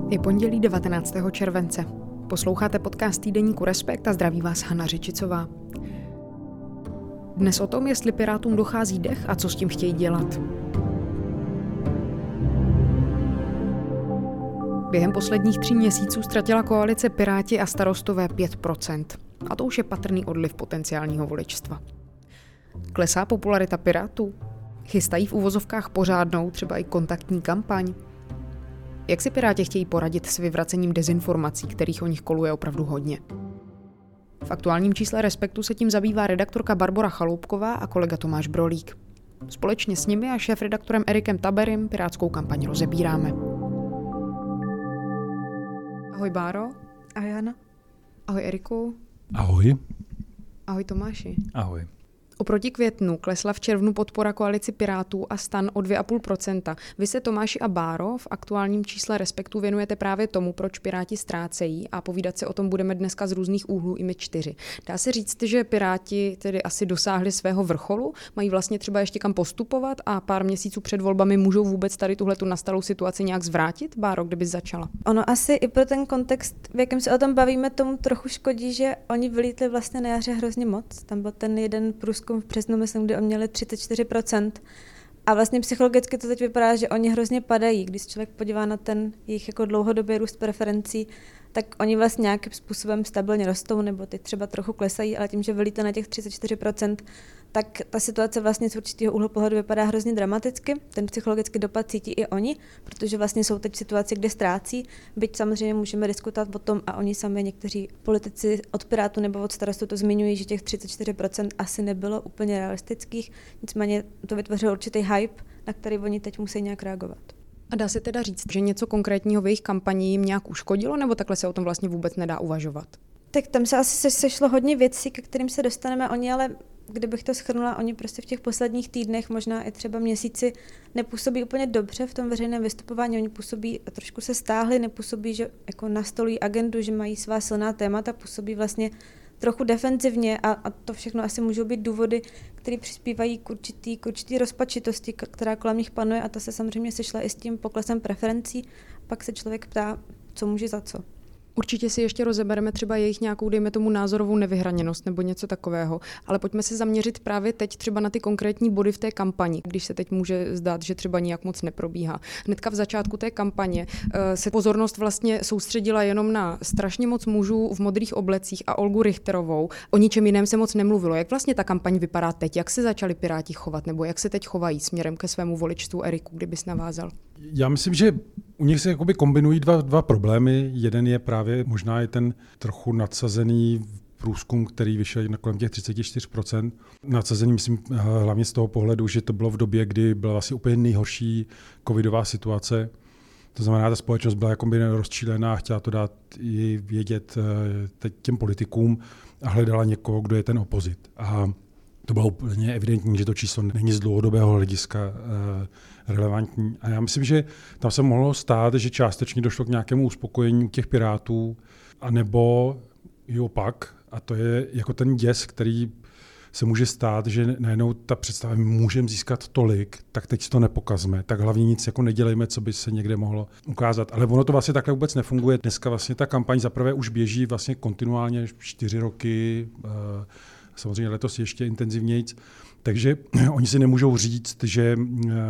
Je pondělí 19. července. Posloucháte podcast týdeníku Respekt a zdraví vás Hana Řičicová. Dnes o tom, jestli Pirátům dochází dech a co s tím chtějí dělat. Během posledních 3 měsíců ztratila koalice Piráti a Starostové 5%. A to už je patrný odliv potenciálního voličstva. Klesá popularita Pirátů? Chystají v uvozovkách pořádnou, třeba i kontaktní kampaň? Jak si Piráti chtějí poradit s vyvracením dezinformací, kterých o nich koluje opravdu hodně? V aktuálním čísle Respektu se tím zabývá redaktorka Barbora Chaloupková a kolega Tomáš Brolík. Společně s nimi a šéfredaktorem Erikem Taberem pirátskou kampaň rozebíráme. Ahoj Báro. Ahoj Hana. Ahoj Eriku. Ahoj. Ahoj Tomáši. Ahoj. Oproti květnu klesla v červnu podpora koalici Pirátů a STAN o 2,5%. Vy se, Tomáši a Báro, v aktuálním čísle Respektu věnujete právě tomu, proč Piráti ztrácejí, a povídat se o tom budeme dneska z různých úhlů i my 4. Dá se říct, že Piráti tedy asi dosáhli svého vrcholu, mají vlastně třeba ještě kam postupovat a pár měsíců před volbami můžou vůbec tady tuhletu nastalou situaci nějak zvrátit? Báro, kdyby začala? Ono asi i pro ten kontext, v jakém se o tom bavíme, tomu trochu škodí, že oni vylítli vlastně na jaře hrozně moc. Tam byl ten jeden průzkum v březnu, myslím, kdy oni měli 34%. A vlastně psychologicky to teď vypadá, že oni hrozně padají. Když se člověk podívá na ten jejich jako dlouhodobý růst preferencí, tak oni vlastně nějakým způsobem stabilně rostou, nebo teď třeba trochu klesají, ale tím, že vylíte na těch 34%, tak ta situace vlastně z určitého úhlu pohledu vypadá hrozně dramaticky. Ten psychologický dopad cítí i oni, protože vlastně jsou teď v situaci, kde ztrácí. Byť samozřejmě můžeme diskutovat o tom, a oni sami někteří politici od Pirátů nebo od Starostů to zmiňují, že těch 34% asi nebylo úplně realistických, nicméně to vytvořilo určitý hype, na který oni teď musí nějak reagovat. A dá se teda říct, že něco konkrétního v jejich kampani jim nějak uškodilo, nebo takhle se o tom vlastně vůbec nedá uvažovat? Tak tam se asi sešlo hodně věcí, ke kterým se dostaneme. Oni ale, kdybych to shrnula, oni prostě v těch posledních týdnech, možná i třeba měsíci, nepůsobí úplně dobře v tom veřejném vystupování. Oni působí, trošku se stáhli, nepůsobí, že jako nastolují agendu, že mají svá silná témata, působí vlastně trochu defenzivně a to všechno asi můžou být důvody, které přispívají k určitý rozpačitosti, která kolem nich panuje, a ta se samozřejmě sešla i s tím poklesem preferencí. Pak se člověk ptá, co může za co. Určitě si ještě rozebereme třeba jejich nějakou, dejme tomu, názorovou nevyhraněnost nebo něco takového, ale pojďme se zaměřit právě teď třeba na ty konkrétní body v té kampani, když se teď může zdát, že třeba nijak moc neprobíhá. Hnedka v začátku té kampaně se pozornost vlastně soustředila jenom na strašně moc mužů v modrých oblecích a Olgu Richterovou. O ničem jiném se moc nemluvilo. Jak vlastně ta kampaň vypadá teď? Jak se začali Piráti chovat nebo jak se teď chovají směrem ke svému voličstvu? Eriku, kdybys navázal? Já myslím, že u nich se jakoby kombinují dva problémy. Jeden je právě možná i ten trochu nadsazený průzkum, který vyšel na kolem těch 34%. Nadsazený, myslím, hlavně z toho pohledu, že to bylo v době, kdy byla vlastně úplně nejhorší covidová situace. To znamená, ta společnost byla jakoby rozčílená, chtěla to dát i vědět teď těm politikům a hledala někoho, kdo je ten opozit. A to bylo úplně evidentní, že to číslo není z dlouhodobého hlediska relevantní. A já myslím, že tam se mohlo stát, že částečně došlo k nějakému uspokojení těch Pirátů, anebo i opak. A to je jako ten děs, který se může stát, že najednou ta představa, my můžeme získat tolik, tak teď to nepokazme. Tak hlavně nic jako nedělejme, co by se někde mohlo ukázat. Ale ono to vlastně takhle vůbec nefunguje. Dneska vlastně ta kampaň zaprvé už běží vlastně kontinuálně 4 roky, samozřejmě letos ještě intenzivnějc. Takže oni si nemůžou říct, že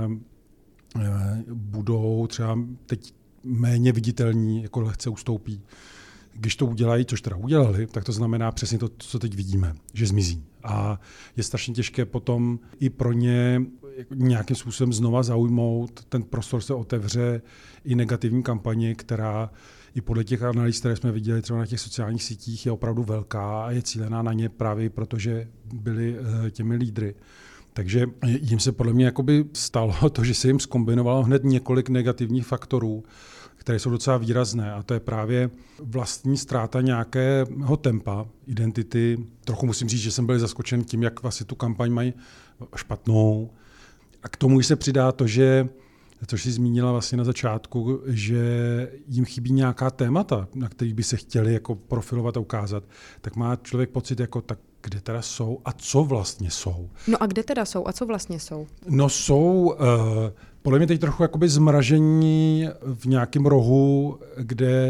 budou třeba teď méně viditelní, jako lehce ustoupí. Když to udělají, což teda udělali, tak to znamená přesně to, co teď vidíme, že zmizí. A je strašně těžké potom i pro ně nějakým způsobem znova zaujmout, ten prostor se otevře i negativní kampani, která i podle těch analýz, které jsme viděli třeba na těch sociálních sítích, je opravdu velká a je cílená na ně právě protože byli těmi lídry. Takže jim se podle mě jakoby stalo to, že se jim zkombinovalo hned několik negativních faktorů, které jsou docela výrazné, a to je právě vlastní ztráta nějakého tempa, identity. Trochu musím říct, že jsem byl zaskočen tím, jak vlastně tu kampaň mají špatnou. A k tomu se přidá to, že, což jsi zmínila vlastně na začátku, že jim chybí nějaká témata, na kterých by se chtěli jako profilovat a ukázat. Tak má člověk pocit, jako tak kde teda jsou a co vlastně jsou. No a kde teda jsou a co vlastně jsou? No jsou podle mě teď trochu jakoby zmražení v nějakém rohu, kde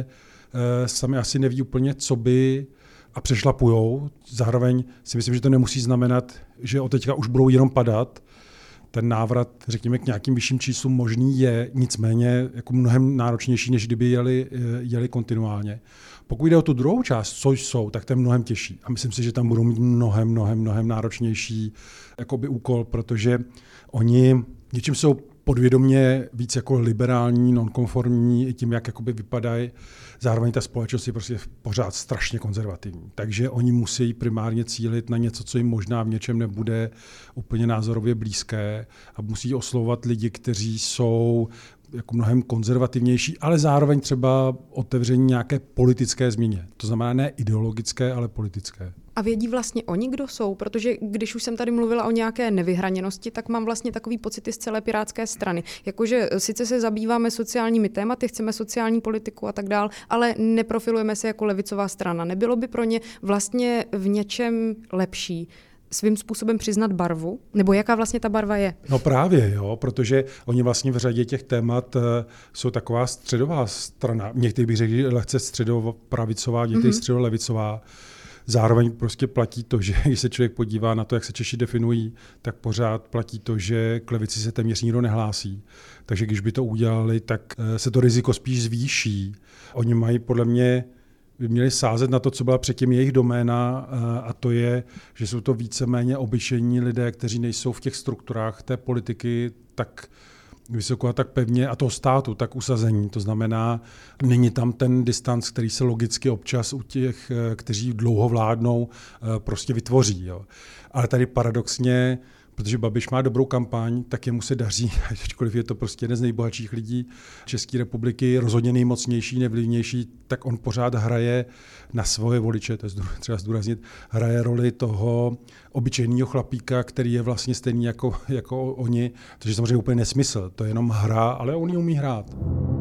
sami asi neví úplně, co by a přešlapujou. Zároveň si myslím, že to nemusí znamenat, že od teďka už budou jenom padat. Ten návrat, řekněme, k nějakým vyšším číslům možný je, nicméně jako mnohem náročnější, než kdyby jeli kontinuálně. Pokud jde o tu druhou část, co jsou, tak to je mnohem těžší. A myslím si, že tam budou mít mnohem náročnější jakoby úkol, protože oni něčím jsou podvědomě víc jako liberální, nonkonformní, i tím, jak jakoby vypadají. Zároveň ta společnost je prostě pořád strašně konzervativní. Takže oni musí primárně cílit na něco, co jim možná v něčem nebude úplně názorově blízké a musí oslovovat lidi, kteří jsou jako mnohem konzervativnější, ale zároveň třeba otevření nějaké politické změně. To znamená ne ideologické, ale politické. A vědí vlastně oni, kdo jsou? Protože když už jsem tady mluvila o nějaké nevyhraněnosti, tak mám vlastně takový pocity z celé pirátské strany. Jakože sice se zabýváme sociálními tématy, chceme sociální politiku a tak dál, ale neprofilujeme se jako levicová strana. Nebylo by pro ně vlastně v něčem lepší svým způsobem přiznat barvu? Nebo jaká vlastně ta barva je? No právě, jo, protože oni vlastně v řadě těch témat jsou taková středová strana. Někteří bych řekl, lehce středopravicová, někteří středolevicová. Zároveň prostě platí to, že když se člověk podívá na to, jak se Češi definují, tak pořád platí to, že k levici se téměř nikdo nehlásí. Takže když by to udělali, tak se to riziko spíš zvýší. Oni mají podle mě by měli sázet na to, co byla předtím jejich doména, a to je, že jsou to víceméně obyčejní lidé, kteří nejsou v těch strukturách té politiky tak vysoko a tak pevně a toho státu tak usazení. To znamená, není tam ten distanc, který se logicky občas u těch, kteří dlouho vládnou, prostě vytvoří. Jo. Ale tady paradoxně, protože Babiš má dobrou kampaň, tak jemu se daří, ačkoliv je to prostě jeden z nejbohatších lidí České republiky, rozhodně nejmocnější, nevlivnější, tak on pořád hraje na svoje voliče, to je třeba zdůraznit, hraje roli toho obyčejného chlapíka, který je vlastně stejný jako oni, což je samozřejmě úplně nesmysl, to je jenom hra, ale on ji umí hrát.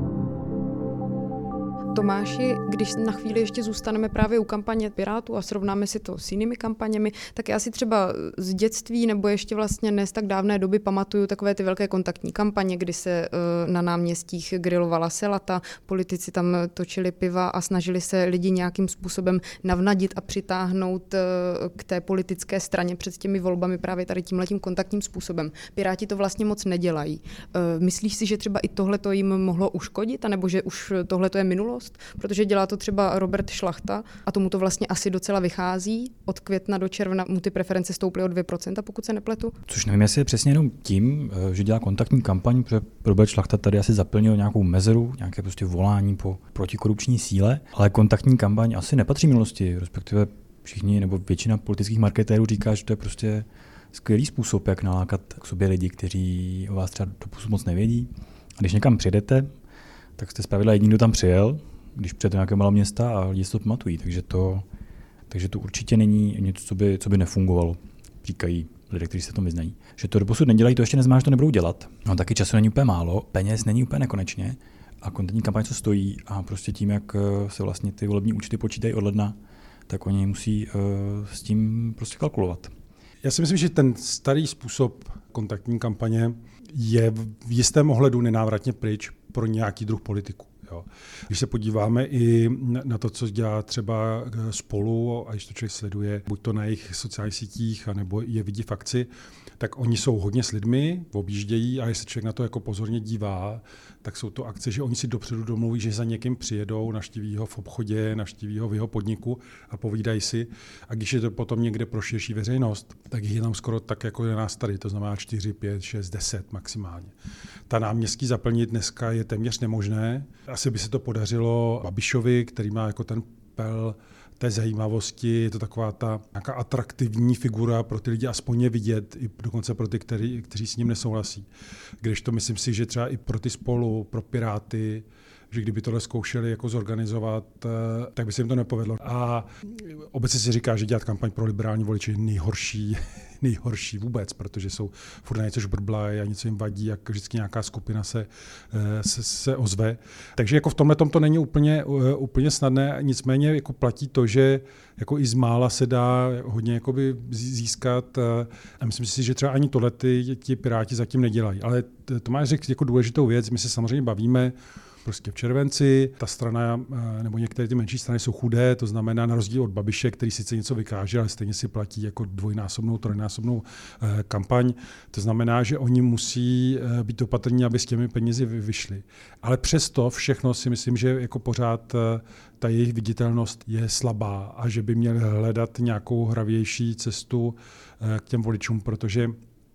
Tomáši, když na chvíli ještě zůstaneme právě u kampaně Pirátů a srovnáme si to s jinými kampaněmi, tak já si třeba z dětství nebo ještě vlastně ne z tak dávné doby pamatuju takové ty velké kontaktní kampaně, kdy se na náměstích grilovala selata, politici tam točili piva a snažili se lidi nějakým způsobem navnadit a přitáhnout k té politické straně před těmi volbami právě tady tímhletím kontaktním způsobem. Piráti to vlastně moc nedělají. Myslíš si, že třeba i tohle to jim mohlo uškodit, anebo že už tohle to je minulost? Protože dělá to třeba Robert Šlachta a tomu to vlastně asi docela vychází. Od května do června mu ty preference stouply o 2%, pokud se nepletu. Což nevím, jestli je přesně jenom tím, že dělá kontaktní kampaň, protože Robert Šlachta tady asi zaplnil nějakou mezeru, nějaké prostě volání po protikorupční síle, ale kontaktní kampaň asi nepatří minulosti, respektive všichni nebo většina politických marketérů říká, že to je prostě skvělý způsob, jak nalákat k sobě lidi, kteří o vás třeba doposud moc nevědí. A když někam přijedete, tak jste zpravidla jediný, kdo tam přijel, když přijete nějaké malé města a lidi si to pamatují. Takže to určitě není něco, co by nefungovalo, říkají lidé, kteří se tom vyznají. Že to doposud nedělají, to ještě neznamená, že to nebudou dělat. No taky času není úplně málo, peněz není úplně nekonečně a kontentní kampaň co stojí a prostě tím, jak se vlastně ty volební účty počítají od ledna, tak oni musí s tím prostě kalkulovat. Já si myslím, že ten starý způsob kontaktní kampaně je v jistém ohledu nenávratně pryč pro nějaký druh politiku. Jo. Když se podíváme i na to, co dělá třeba Spolu, a když to člověk sleduje, buď to na jejich sociálních sítích, anebo je vidí v akci, tak oni jsou hodně s lidmi, objíždějí a jestli člověk na to jako pozorně dívá, tak jsou to akce, že oni si dopředu domluví, že za někým přijedou, navštíví ho v obchodě, navštíví ho v jeho podniku a povídají si. A když je to potom někde pro širší veřejnost, tak je tam skoro tak jako je nás tady, to znamená 4, 5, 6, 10 maximálně. Ta náměstí zaplnit dneska je téměř nemožné. Asi by se to podařilo Babišovi, který má jako ten pel té zajímavosti, je to taková ta nějaká atraktivní figura pro ty lidi, aspoň je vidět, i dokonce pro ty, kteří s ním nesouhlasí. Když to myslím si, že třeba i pro ty Spolu, pro Piráty, že kdyby tohle zkoušeli jako zorganizovat, tak by se jim to nepovedlo. A obecně si říká, že dělat kampaň pro liberální voliče je nejhorší vůbec, protože jsou furt na něco žbrblají a něco jim vadí, jak vždycky nějaká skupina se ozve. Takže jako v tomhle to není úplně snadné, nicméně jako platí to, že jako i z mála se dá hodně jakoby získat a myslím si, že třeba ani tohle ti Piráti zatím nedělají. Ale Tomáš řekl jako důležitou věc, my se samozřejmě bavíme prostě v červenci, ta strana nebo některé ty menší strany jsou chudé, to znamená na rozdíl od Babiše, který sice něco vykáže, ale stejně si platí jako dvojnásobnou, trojnásobnou kampaň. To znamená, že oni musí být opatrní, aby s těmi penězi vyšli. Ale přesto všechno si myslím, že jako pořád ta jejich viditelnost je slabá a že by měli hledat nějakou hravější cestu k těm voličům, protože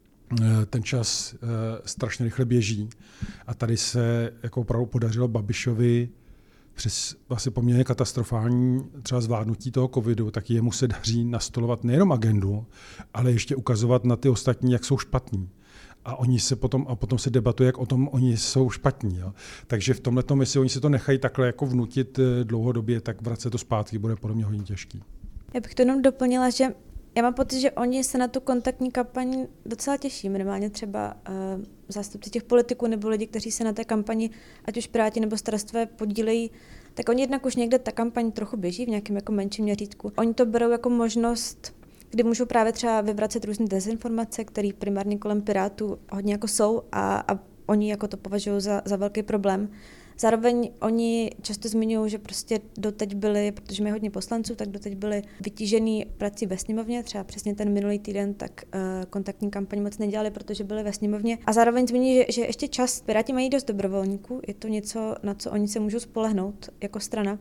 ten čas strašně rychle běží a tady se jako opravdu podařilo Babišovi přes vlastně poměrně katastrofální třeba zvládnutí toho covidu, tak jemu se daří nastolovat nejenom agendu, ale ještě ukazovat na ty ostatní, jak jsou špatní. A potom se debatuje, jak o tom oni jsou špatní. Jo. Takže v tomhletom, jestli oni si to nechají takhle jako vnutit dlouhodobě, tak vracet to zpátky bude podle mě hodně těžký. Já bych to jenom doplnila, že já mám pocit, že oni se na tu kontaktní kampaň docela těší, minimálně třeba zástupci těch politiků nebo lidi, kteří se na té kampani, ať už Piráti nebo Starostové, podílejí, tak oni jednak už někde ta kampaň trochu běží v nějakém jako menším měřítku. Oni to berou jako možnost, kdy můžou právě třeba vyvracet různé dezinformace, které primárně kolem Pirátů hodně jako jsou a oni jako to považují za velký problém. Zároveň oni často zmiňují, že prostě doteď byli, protože mají hodně poslanců, tak doteď byli vytížený prací ve sněmovně, třeba přesně ten minulý týden, tak kontaktní kampaň moc nedělali, protože byli ve sněmovně. A zároveň zmiňují, že ještě čas, Piráti mají dost dobrovolníků, je to něco, na co oni se můžou spolehnout jako strana.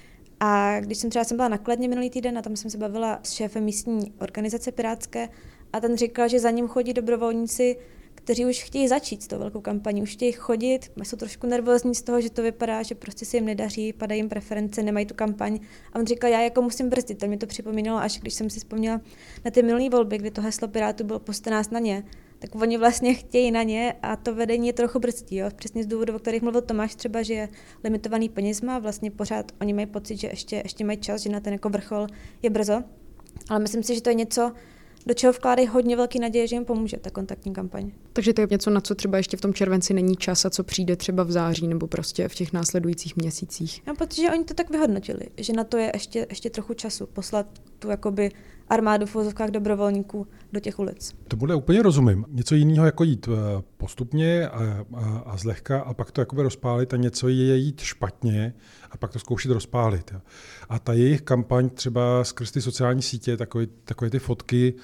A když jsem byla na Kladně minulý týden a tam jsem se bavila s šéfem místní organizace pirátské a ten říkal, že za ním chodí dobrovolníci, kteří už chtějí začít s tou velkou kampaní, už chtějí chodit, jsou trošku nervózní z toho, že to vypadá, že prostě se jim nedaří, padají jim preference, nemají tu kampaň. A on říkal, já jako musím brzdit, to mi to připomínalo, až když jsem si vzpomněla na ty minulé volby, kdy to heslo Pirátů bylo Poste nás na ně, tak oni vlastně chtějí na ně a to vedení je trochu brzdí. Jo? Přesně z důvodu, o kterých mluvil Tomáš, třeba, že je limitovaný penězma, vlastně pořád oni mají pocit, že ještě mají čas, že na ten jako vrchol je brzo. Ale myslím si, že to je něco, do čeho vkládají hodně velký naděje, že jim pomůže ta kontaktní kampaň. Takže to je něco, na co třeba ještě v tom červenci není čas a co přijde třeba v září nebo prostě v těch následujících měsících. Já mám pocit, že oni to tak vyhodnotili, že na to je ještě trochu času poslat tu jakoby armádu v uvozovkách dobrovolníků do těch ulic. To bude úplně rozumím. Něco jiného jako jít postupně a zlehka a pak to jakoby rozpálit a něco je jít špatně a pak to zkoušet rozpálit. Jo. A ta jejich kampaň třeba skrz ty sociální sítě, takové ty fotky,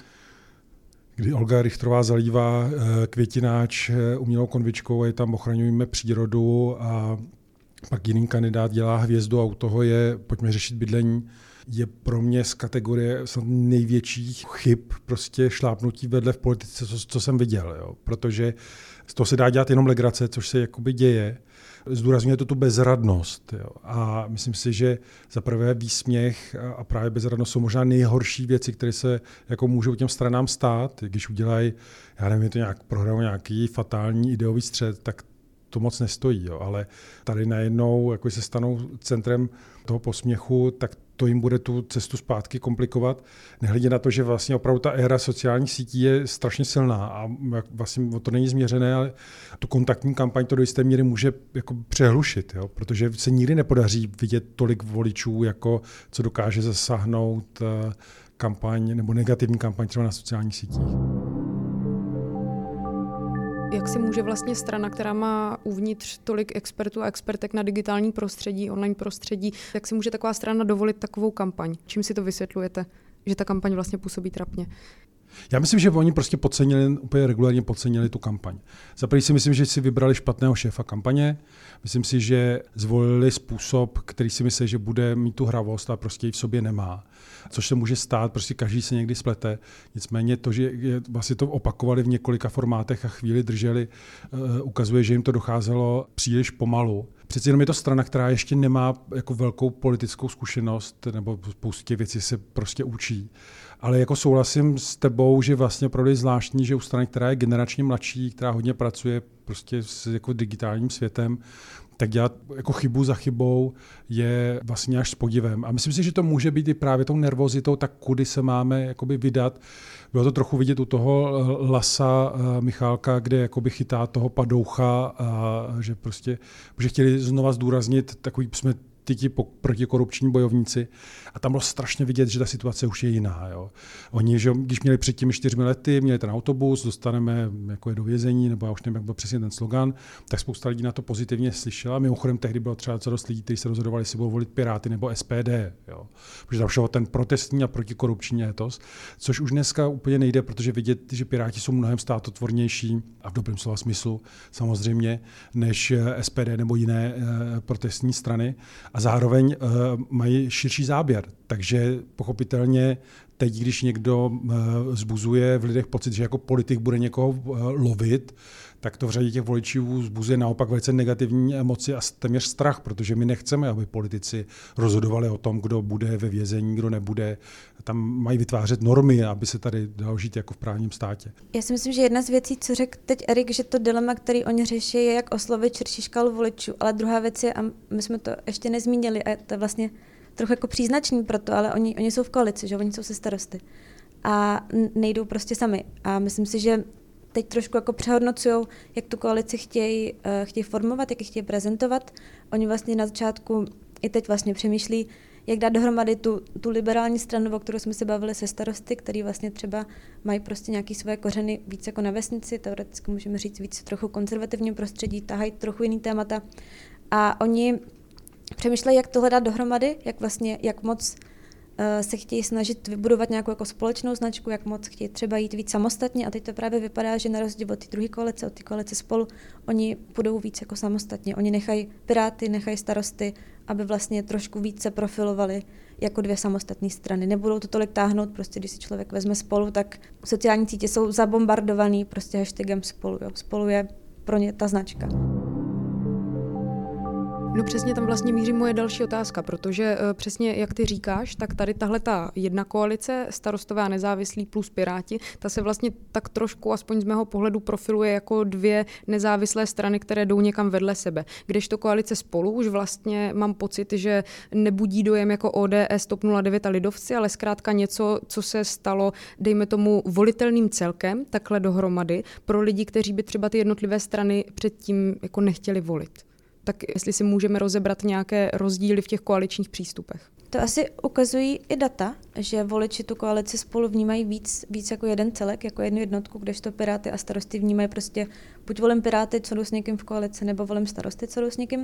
kdy Olga Richterová zalívá květináč umělou konvičkou a je tam ochraňujeme přírodu a pak jiný kandidát dělá hvězdu a u toho je pojďme řešit bydlení, je pro mě z kategorie největších chyb prostě šlápnutí vedle v politice, co jsem viděl. Jo. Protože z toho se dá dělat jenom legrace, což se jakoby děje. Zdůrazňuje to tu bezradnost. Jo. A myslím si, že za prvé výsměch a právě bezradnost jsou možná nejhorší věci, které se jako můžou těm stranám stát. Když udělají, já nevím, to prohranou nějaký fatální ideový střet, tak to moc nestojí. Jo. Ale tady najednou, jako se stanou centrem toho posměchu, tak to jim bude tu cestu zpátky komplikovat. Nehledě na to, že vlastně opravdu ta éra sociálních sítí je strašně silná a vlastně to není změřené, ale tu kontaktní kampaň to do jisté míry může jako přehlušit, jo? Protože se nikdy nepodaří vidět tolik voličů, jako co dokáže zasáhnout kampaň nebo negativní kampaň třeba na sociálních sítích. Jak si může vlastně strana, která má uvnitř tolik expertů a expertek na digitální prostředí, online prostředí, jak si může taková strana dovolit takovou kampaň? Čím si to vysvětlujete, že ta kampaň vlastně působí trapně? Já myslím, že oni prostě úplně regulárně podcenili tu kampaň. Za první si myslím, že si vybrali špatného šéfa kampaně. Myslím si, že zvolili způsob, který si myslí, že bude mít tu hravost a prostě ji v sobě nemá. Což se může stát, prostě každý se někdy splete. Nicméně to, že vlastně to opakovali v několika formátech a chvíli drželi, ukazuje, že jim to docházelo příliš pomalu. Přeci jenom je to strana, která ještě nemá jako velkou politickou zkušenost, nebo spoustě věcí se prostě učí. Ale jako souhlasím s tebou, že vlastně opravdu je zvláštní, že u strany, která je generačně mladší, která hodně pracuje prostě s jako digitálním světem, tak dělat jako chybu za chybou je vlastně až s podivem. A myslím si, že to může být i právě tou nervozitou, tak kudy se máme jakoby vydat. Bylo to trochu vidět u toho Lasa Michálka, kde jakoby chytá toho padoucha, a že prostě, že chtěli znova zdůraznit takový jsme ti protikorupční bojovníci. A tam bylo strašně vidět, že ta situace už je jiná. Jo. Oni, že když měli před těmi 4 lety, měli ten autobus, dostaneme jako je do vězení, nebo já už nevím, jak byl přesně ten slogan, tak spousta lidí na to pozitivně slyšela. Mimochodem tehdy bylo třeba docela dost lidí, kteří se rozhodovali, jestli budou volit Piráty nebo SPD. Jo. Protože tam šel ten protestní a protikorupční étos, což už dneska úplně nejde, protože vidět, že Piráti jsou mnohem státotvornější a v dobrém slova smyslu samozřejmě, než SPD nebo jiné protestní strany. A zároveň mají širší záběr. Takže pochopitelně teď, když někdo vzbuzuje v lidech pocit, že jako politik bude někoho lovit, tak to v řadě těch voličů vzbuzuje naopak velice negativní emoci a téměř strach, protože my nechceme, aby politici rozhodovali o tom, kdo bude ve vězení, kdo nebude. Tam mají vytvářet normy, aby se tady dalo žít jako v právním státě. Já si myslím, že jedna z věcí, co řekl teď Erik, že to dilema, který oni řeší, je, jak oslovit širší škálu voličů, ale druhá věc je, a my jsme to ještě nezmínili, a to je vlastně trochu jako příznačný pro to, ale oni jsou v koalici, že oni jsou se starosty a nejdou prostě sami. A myslím si, že teď trošku jako přehodnocujou, jak tu koalici chtějí formovat, jak ji chtějí prezentovat. Oni vlastně na začátku i teď vlastně přemýšlí, jak dát dohromady tu liberální stranu, o kterou jsme se bavili se starosty, který vlastně třeba mají prostě nějaké svoje kořeny víc jako na vesnici, teoreticky můžeme říct víc trochu konzervativním prostředí, tahají trochu jiný témata. A oni přemýšlejí, jak tohle dát dohromady, jak moc se chtějí snažit vybudovat nějakou jako společnou značku, jak moc chtějí třeba jít víc samostatně a teď to právě vypadá, že na rozdíl od té druhé koalice, od té koalice Spolu, oni půjdou víc jako samostatně. Oni nechají Piráty, nechají Starosty, aby vlastně trošku víc se profilovali jako 2 samostatné strany. Nebudou to tolik táhnout, prostě když si člověk vezme Spolu, tak sociální sítě jsou zabombardovaný prostě hashtagem Spolu. Jo. Spolu je pro ně ta značka. No přesně tam vlastně míří moje další otázka, protože přesně jak ty říkáš, tak tady tahle ta jedna koalice, Starostové a nezávislí plus Piráti, ta se vlastně tak trošku, aspoň z mého pohledu, profiluje jako 2 nezávislé strany, které jdou někam vedle sebe. Kdežto koalice Spolu už vlastně mám pocit, že nebudí dojem jako ODS, TOP 09 a lidovci, ale zkrátka něco, co se stalo, dejme tomu, volitelným celkem, takhle dohromady, pro lidi, kteří by třeba ty jednotlivé strany předtím jako nechtěli volit. Tak jestli si můžeme rozebrat nějaké rozdíly v těch koaličních přístupech. To asi ukazují i data, že voliči tu koalici Spolu vnímají víc jako jeden celek, jako jednu jednotku, kdežto Piráty a Starosty vnímají prostě buď volím Piráty, co jdu s někým v koalici, nebo volím Starosty, co jdu s někým.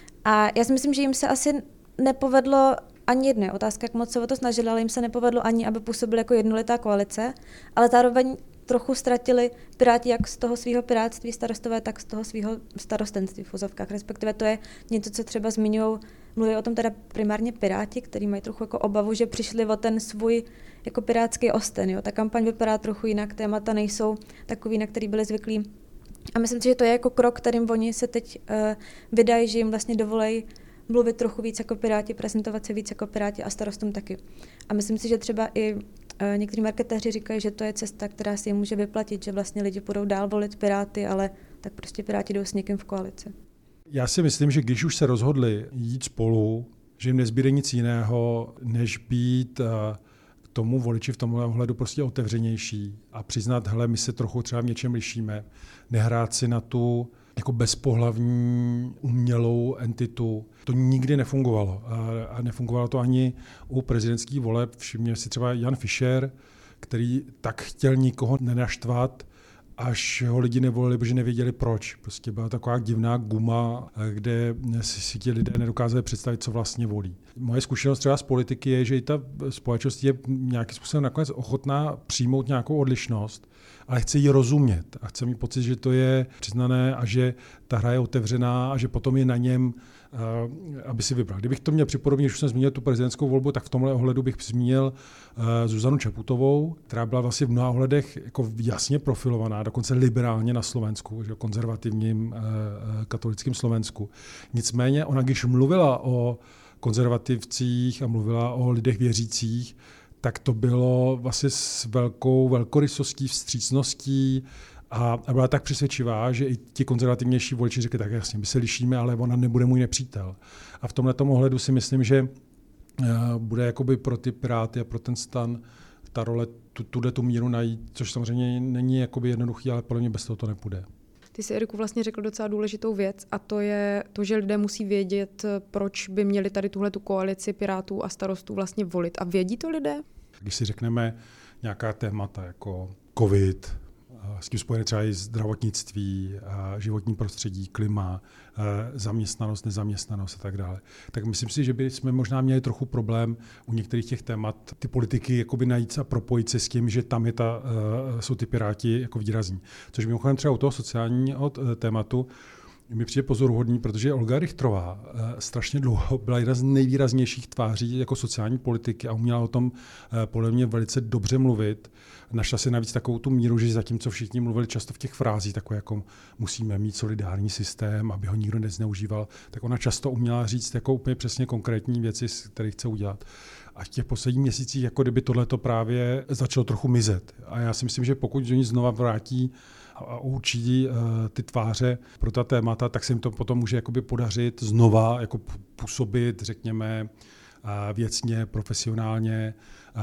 A já si myslím, že jim se asi nepovedlo ani jedné. Otázka, jak moc se o to snažili, ale jim se nepovedlo ani, aby působili jako jednolitá koalice, ale zároveň trochu ztratili Piráti jak z toho svého pirátství Starostové, tak z toho svého starostenství v uvozovkách. Respektive to je něco, co třeba mluví o tom teda primárně Piráti, kteří mají trochu jako obavu, že přišli o ten svůj jako pirátský osten. Jo. Ta kampaň vypadá trochu jinak, témata nejsou takový, na který byli zvyklí. A myslím si, že to je jako krok, kterým oni se teď vydají, že jim vlastně dovolejí mluvit trochu víc jako Piráti, prezentovat se víc jako Piráti a Starostům taky. A myslím si, že třeba i někteří marketéři říkají, že to je cesta, která si jim může vyplatit, že vlastně lidi budou dál volit Piráty, ale tak prostě Piráti jdou s někým v koalici. Já si myslím, že když už se rozhodli jít Spolu, že jim nezbýde nic jiného, než být k tomu voliči v tomhle ohledu prostě otevřenější a přiznat, hele, my se trochu třeba v něčem lišíme, nehrát si na tu jako bezpohlavní umělou entitu. To nikdy nefungovalo. A nefungovalo to ani u prezidentských voleb. Všimněme si třeba Jan Fischer, který tak chtěl nikoho nenaštvat, až ho lidi nevolili, protože nevěděli proč. Prostě byla taková divná guma, kde si ti lidé nedokázali představit, co vlastně volí. Moje zkušenost třeba z politiky je, že i ta společnost je nějakým způsobem nakonec ochotná přijmout nějakou odlišnost, ale chce ji rozumět a chce mít pocit, že to je přiznané a že ta hra je otevřená a že potom je na něm, aby si vybral. Kdybych to měl připodobnit, když už jsem zmínil tu prezidentskou volbu, tak v tomhle ohledu bych zmínil Zuzanu Čaputovou, která byla vlastně v mnoha ohledech jako jasně profilovaná, dokonce liberálně na Slovensku, že konzervativním katolickém Slovensku. Nicméně ona, když mluvila o konzervativcích a mluvila o lidech věřících, tak to bylo vlastně s velkou velkorysostí, vstřícností A byla tak přesvědčivá, že i ti konzervativnější voliči řekli, tak jasně, my se lišíme, ale ona nebude můj nepřítel. A v tomhletom ohledu si myslím, že bude jakoby pro ty Piráty a pro ten STAN ta role tu míru najít, což samozřejmě není jakoby jednoduchý, ale podle mě bez toho to nepůjde. Ty jsi, Eriku, vlastně řekl docela důležitou věc a to je to, že lidé musí vědět, proč by měli tady tuhletu koalici Pirátů a Starostů vlastně volit. A vědí to lidé? Když si řekneme nějaká témata jako covid, s tím spojené třeba i zdravotnictví, životní prostředí, klima, zaměstnanost, nezaměstnanost a tak dále. Tak myslím si, že bychom možná měli trochu problém u některých těch témat ty politiky jakoby najít a propojit se s tím, že tam jsou ty Piráti jako výrazní. Což mimochodem třeba u toho sociálního tématu mi přijde pozoruhodný, protože Olga Richtrová strašně dlouho byla jedna z nejvýraznějších tváří jako sociální politiky a uměla o tom podle mě velice dobře mluvit. Našla si navíc takovou tu míru, že zatímco všichni mluvili často v těch frázích, takové jako musíme mít solidární systém, aby ho nikdo nezneužíval, tak ona často uměla říct jako úplně přesně konkrétní věci, které chce udělat. A v těch posledních měsících, jako kdyby tohleto právě začalo trochu mizet. A já si myslím, že pokud oni znova vrátí a určí ty tváře pro ta témata, tak se jim to potom může jakoby podařit znova jako působit, řekněme, věcně, profesionálně,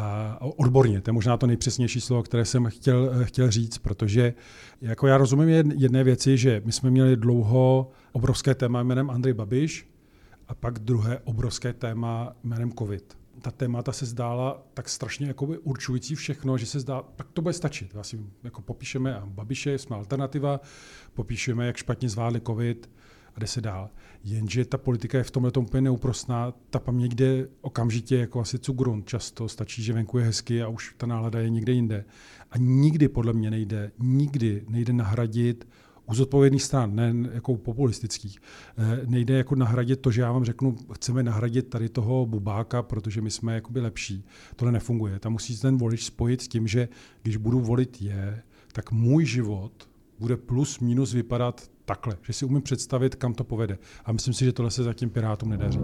odborně. To je možná to nejpřesnější slovo, které jsem chtěl říct, protože jako já rozumím jedné věci, že my jsme měli dlouho obrovské téma jménem Andrej Babiš a pak druhé obrovské téma jménem covid. Ta témata se zdála tak strašně jakoby určující všechno, že se zdá, tak to bude stačit. Vlastně jako popíšeme a Babiše, jsme alternativa, popíšeme, jak špatně zvládli covid a jde se dál. Jenže ta politika je v tomhle úplně neúprosná, ta paměť jde okamžitě jako asi cugrun. Často stačí, že venku je hezky a už ta nálada je někde jinde. A nikdy podle mě nejde nahradit u zodpovědných stran, ne jako populistických, nejde jako nahradit to, že já vám řeknu, chceme nahradit tady toho bubáka, protože my jsme jakoby lepší. Tohle nefunguje. Tam musí ten volič spojit s tím, že když budu volit tak můj život bude plus minus vypadat takhle, že si umím představit, kam to povede. A myslím si, že tohle se zatím Pirátům nedaří.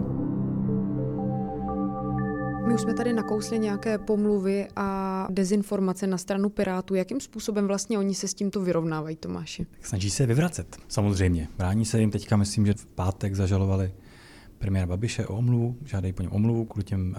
My už jsme tady nakousli nějaké pomluvy a dezinformace na stranu Pirátů. Jakým způsobem vlastně oni se s tímto vyrovnávají, Tomáši? Snaží se vyvracet, samozřejmě. Brání se jim teďka, myslím, že v pátek zažalovali premiéra Babiše o omluvu, žádají po něm omluvu kvůli těm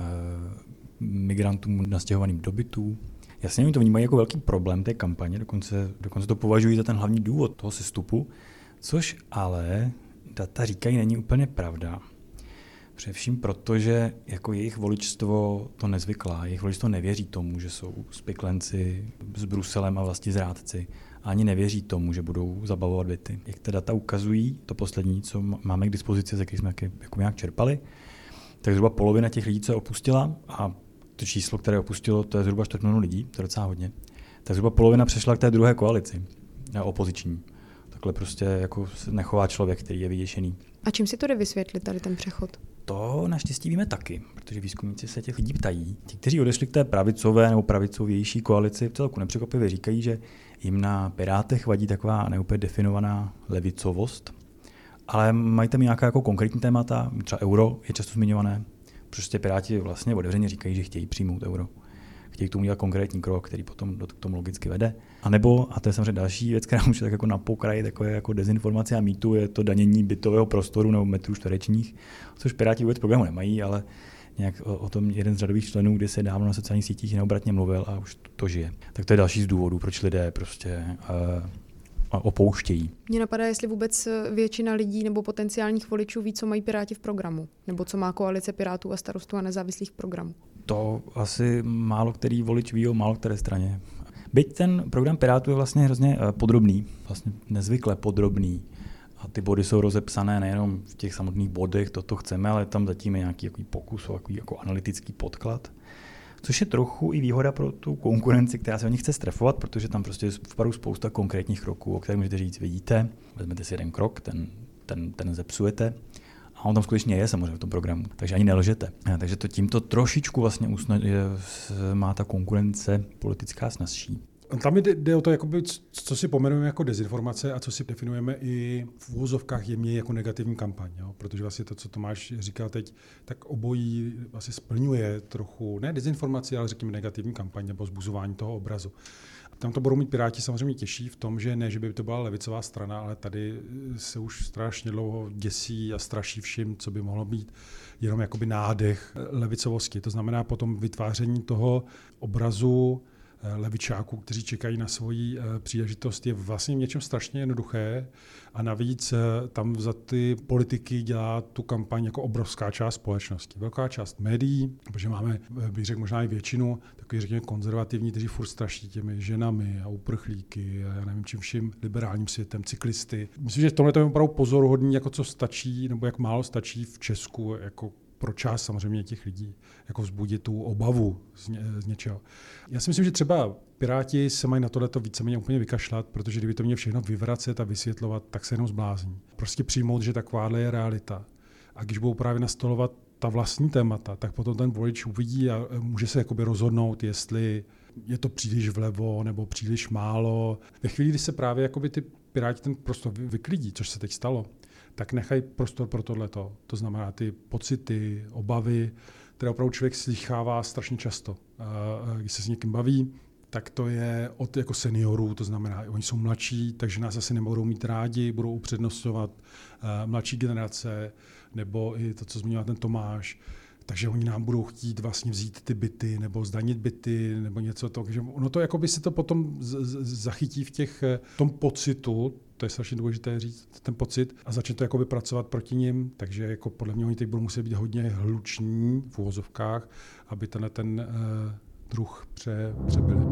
migrantům nastěhovaným do bytů. Jasně, oni to vnímají jako velký problém té kampaně, dokonce to považují za ten hlavní důvod toho sestupu, což ale data říkají, není úplně pravda. Především proto, že jako jejich voličstvo to nezvyklá, jejich voličstvo nevěří tomu, že jsou spiklenci s Bruselem a vlastizrádci. Ani nevěří tomu, že budou zabavovat byty. Jak ta data ukazují, to poslední, co máme k dispozici, ze kterých jsme jako nějak čerpali, tak zhruba polovina těch lidí, co je opustila, a to číslo, které opustilo, to je zhruba 4 milionů lidí, to je docela hodně, tak zhruba polovina přešla k té druhé koalici, opoziční. Takhle prostě jako se nechová člověk, který je vyděšený. A čím si to jde vysvětlit, tady ten přechod? To naštěstí víme taky, protože výzkumníci se těch lidí ptají. Ti, kteří odešli k té pravicové nebo pravicovější koalici, v celku nepřekvapivě říkají, že jim na Pirátech vadí taková neúplně definovaná levicovost, ale mají tam nějaká jako konkrétní témata, třeba euro je často zmiňované, protože Piráti vlastně otevřeně říkají, že chtějí přijmout euro. Chtějí k tomu dělat konkrétní krok, který potom k tomu logicky vede. A nebo, a to je samozřejmě další věc, která může tak jako na pokraji takové jako dezinformace a mýtu, je to danění bytového prostoru nebo metrů čtverečních, což Piráti vůbec programu nemají, ale nějak o tom jeden z řadových členů, kdy se dávno na sociálních sítích neobratně mluvil a už to žije. Tak to je další z důvodů, proč lidé prostě opouštějí. Mně napadá, jestli vůbec většina lidí nebo potenciálních voličů ví, co mají Piráti v programu, nebo co má koalice Pirátů a Starostů a nezávislých v programu. To asi málo který volič ví o málo které straně. Byť ten program Pirátů je vlastně hrozně podrobný, vlastně nezvykle podrobný. A ty body jsou rozepsané nejenom v těch samotných bodech, toto chceme, ale tam zatím je nějaký pokus o takový jako analytický podklad. Což je trochu i výhoda pro tu konkurenci, která se o nich chce strefovat, protože tam prostě vpadou spousta konkrétních kroků, o kterých můžete říct, vidíte, vezmete si jeden krok, ten zepsujete. A on tam skutečně je samozřejmě v tom programu, takže ani nelžete. Takže to tímto trošičku vlastně má ta konkurence politická snazší. Tam jde o to, jakoby, co si pomenujeme jako dezinformace a co si definujeme i v uvozovkách jemně jako negativní kampaň. Jo? Protože vlastně to, co Tomáš říkal teď, tak obojí vlastně splňuje trochu, ne dezinformaci, ale řekněme negativní kampaň nebo zbuzování toho obrazu. Tam to budou mít Piráti samozřejmě těžší v tom, že ne, že by to byla levicová strana, ale tady se už strašně dlouho děsí a straší vším, co by mohlo být jenom jakoby nádech levicovosti. To znamená potom vytváření toho obrazu levičáků, kteří čekají na svoji příležitost, je vlastně něčem strašně jednoduché a navíc tam za ty politiky dělá tu kampaň jako obrovská část společnosti. Velká část médií, protože máme, bych řekl, možná i většinu, takový řekněme konzervativní, kteří furt straší těmi ženami a uprchlíky a já nevím čím vším, liberálním světem, cyklisty. Myslím, že tohle je opravdu pozoruhodný, jako co stačí, nebo jak málo stačí v Česku, jako pro část samozřejmě těch lidí, jako vzbudit tu obavu z něčeho. Já si myslím, že třeba Piráti se mají na tohleto víceméně úplně vykašlat, protože kdyby to mělo všechno vyvracet a vysvětlovat, tak se jenom zblázní. Prostě přijmout, že takováhle je realita. A když budou právě nastolovat ta vlastní témata, tak potom ten volič uvidí a může se jakoby rozhodnout, jestli je to příliš vlevo nebo příliš málo. Ve chvíli, kdy se právě jakoby ty Piráti ten prostor vyklidí, což se teď stalo, tak nechají prostor pro tohleto. To znamená ty pocity, obavy, které opravdu člověk slychává strašně často. Když se s někým baví, tak to je od jako seniorů, to znamená, oni jsou mladší, takže nás asi nebudou mít rádi, budou upřednostňovat mladší generace, nebo i to, co zmiňoval ten Tomáš, takže oni nám budou chtít vlastně vzít ty byty, nebo zdanit byty, nebo něco toho. Takže ono to jakoby se to potom zachytí v tom pocitu, to je strašně důležité říct, ten pocit, a začne to jakoby pracovat proti nim, takže jako podle mě oni teď budou muset být hodně hluční v uvozovkách, aby ten druh přebyli.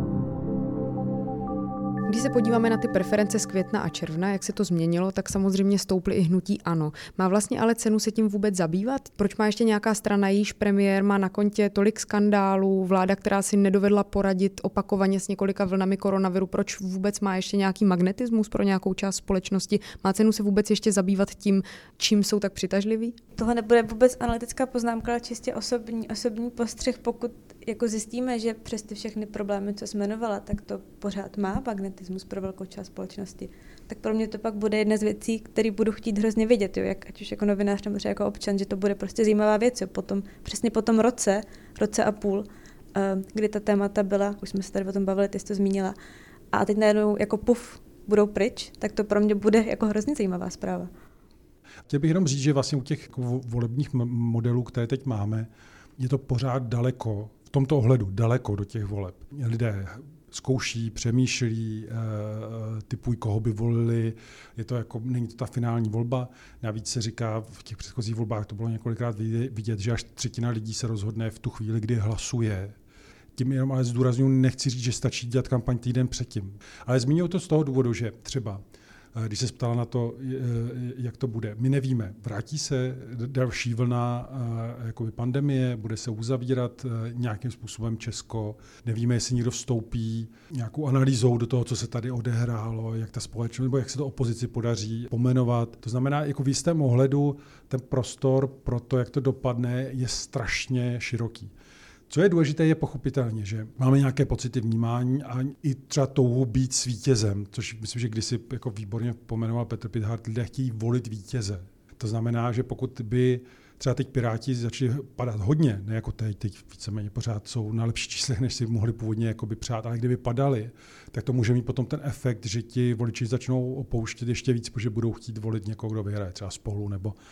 Když se podíváme na ty preference z května a června, jak se to změnilo, tak samozřejmě stouply i hnutí ANO. Má vlastně ale cenu se tím vůbec zabývat? Proč má ještě nějaká strana, jejíž premiér má na kontě tolik skandálů, vláda, která si nedovedla poradit opakovaně s několika vlnami koronaviru, proč vůbec má ještě nějaký magnetismus pro nějakou část společnosti? Má cenu se vůbec ještě zabývat tím, čím jsou tak přitažliví? Tohle nebude vůbec analytická poznámka, ale čistě osobní postřeh. Pokud jako zjistíme, že přes ty všechny problémy, co jsme jmenovala, tak to pořád má magnetismus pro velkou část společnosti, tak pro mě to pak bude jedna z věcí, které budu chtít hrozně vidět, jo, ať už jako novinář nebo jako občan, že to bude prostě zajímavá věc. Jo. Přesně po tom roce a půl, kdy ta témata byla, už jsme se tady o tom bavili, ty jsi to zmínila, a teď najednou jako budou pryč, tak to pro mě bude jako hrozně zajímavá zpráva. Chtěl bych jenom říct, že vlastně u těch volebních modelů, které teď máme, je to pořád daleko, v tomto ohledu daleko do těch voleb. Lidé zkouší, přemýšlí, typují, koho by volili, je to jako, není to ta finální volba. Navíc se říká, v těch předchozích volbách to bylo několikrát vidět, že až 1/3 lidí se rozhodne v tu chvíli, kdy hlasuje. Tím jenom ale zdůrazňuji, nechci říct, že stačí dělat kampaň týden předtím. Ale zmínil to z toho důvodu, že třeba když se ptala na to, jak to bude. My nevíme, vrátí se další vlna jakoby pandemie, bude se uzavírat nějakým způsobem Česko, nevíme, jestli někdo vstoupí nějakou analýzou do toho, co se tady odehrálo, jak ta společnost, nebo jak se to opozici podaří pomenovat. To znamená, jako v jistém ohledu ten prostor pro to, jak to dopadne, je strašně široký. Co je důležité, je pochopitelně, že máme nějaké pocity vnímání a i třeba touhu být s vítězem, což myslím, že kdysi jako výborně pomenoval Petr Pithart, lidé chtějí volit vítěze. To znamená, že pokud by třeba teď Piráti začali padat hodně, ne jako teď víceméně pořád jsou na lepších číslech, než si mohli původně jakoby přát, ale kdyby padali, tak to může mít potom ten efekt, že ti voliči začnou opouštět ještě víc, protože budou chtít volit někoho, kdo vyhraje, třeba Spolu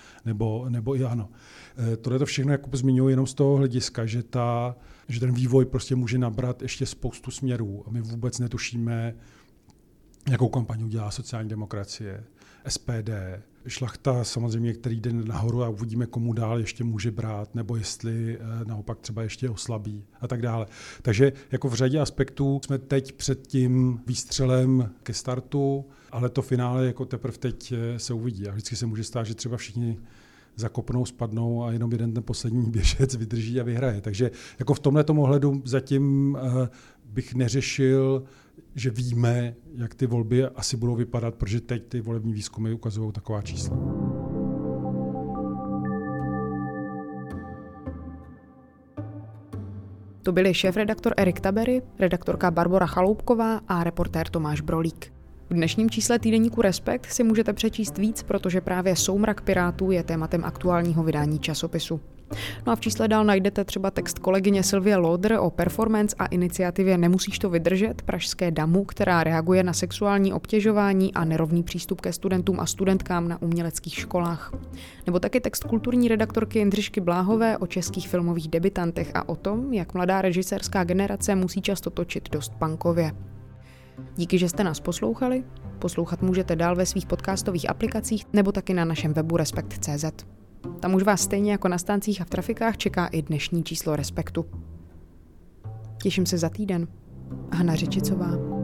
nebo i ANO. Tohle to všechno jako zmiňuji jenom z toho hlediska, že ten vývoj prostě může nabrat ještě spoustu směrů a my vůbec netušíme, jakou kampaň udělá sociální demokracie, SPD, Šlachta samozřejmě, který jde nahoru a uvidíme, komu dál ještě může brát, nebo jestli naopak třeba ještě oslabí a tak dále. Takže jako v řadě aspektů jsme teď před tím výstřelem ke startu, ale to finále jako teprve teď se uvidí. A vždycky se může stát, že třeba všichni zakopnou, spadnou a jenom jeden ten poslední běžec vydrží a vyhraje. Takže jako v tomhletom ohledu zatím bych neřešil, že víme, jak ty volby asi budou vypadat, protože teď ty volební výzkumy ukazují taková čísla. To byli šéfredaktor Erik Tabery, redaktorka Barbora Chaloupková a reportér Tomáš Brolík. V dnešním čísle týdeníku Respekt si můžete přečíst víc, protože právě soumrak pirátů je tématem aktuálního vydání časopisu. No a v čísle dál najdete třeba text kolegyně Sylvie Lauder o performance a iniciativě Nemusíš to vydržet pražské DAMu, která reaguje na sexuální obtěžování a nerovný přístup ke studentům a studentkám na uměleckých školách. Nebo taky text kulturní redaktorky Jindřišky Bláhové o českých filmových debutantech a o tom, jak mladá režisérská generace musí často točit dost punkově. Díky, že jste nás poslouchali. Poslouchat můžete dál ve svých podcastových aplikacích nebo taky na našem webu respekt.cz. Tam už vás stejně jako na stáncích a v trafikách čeká i dnešní číslo Respektu. Těším se za týden. Hana Řičicová.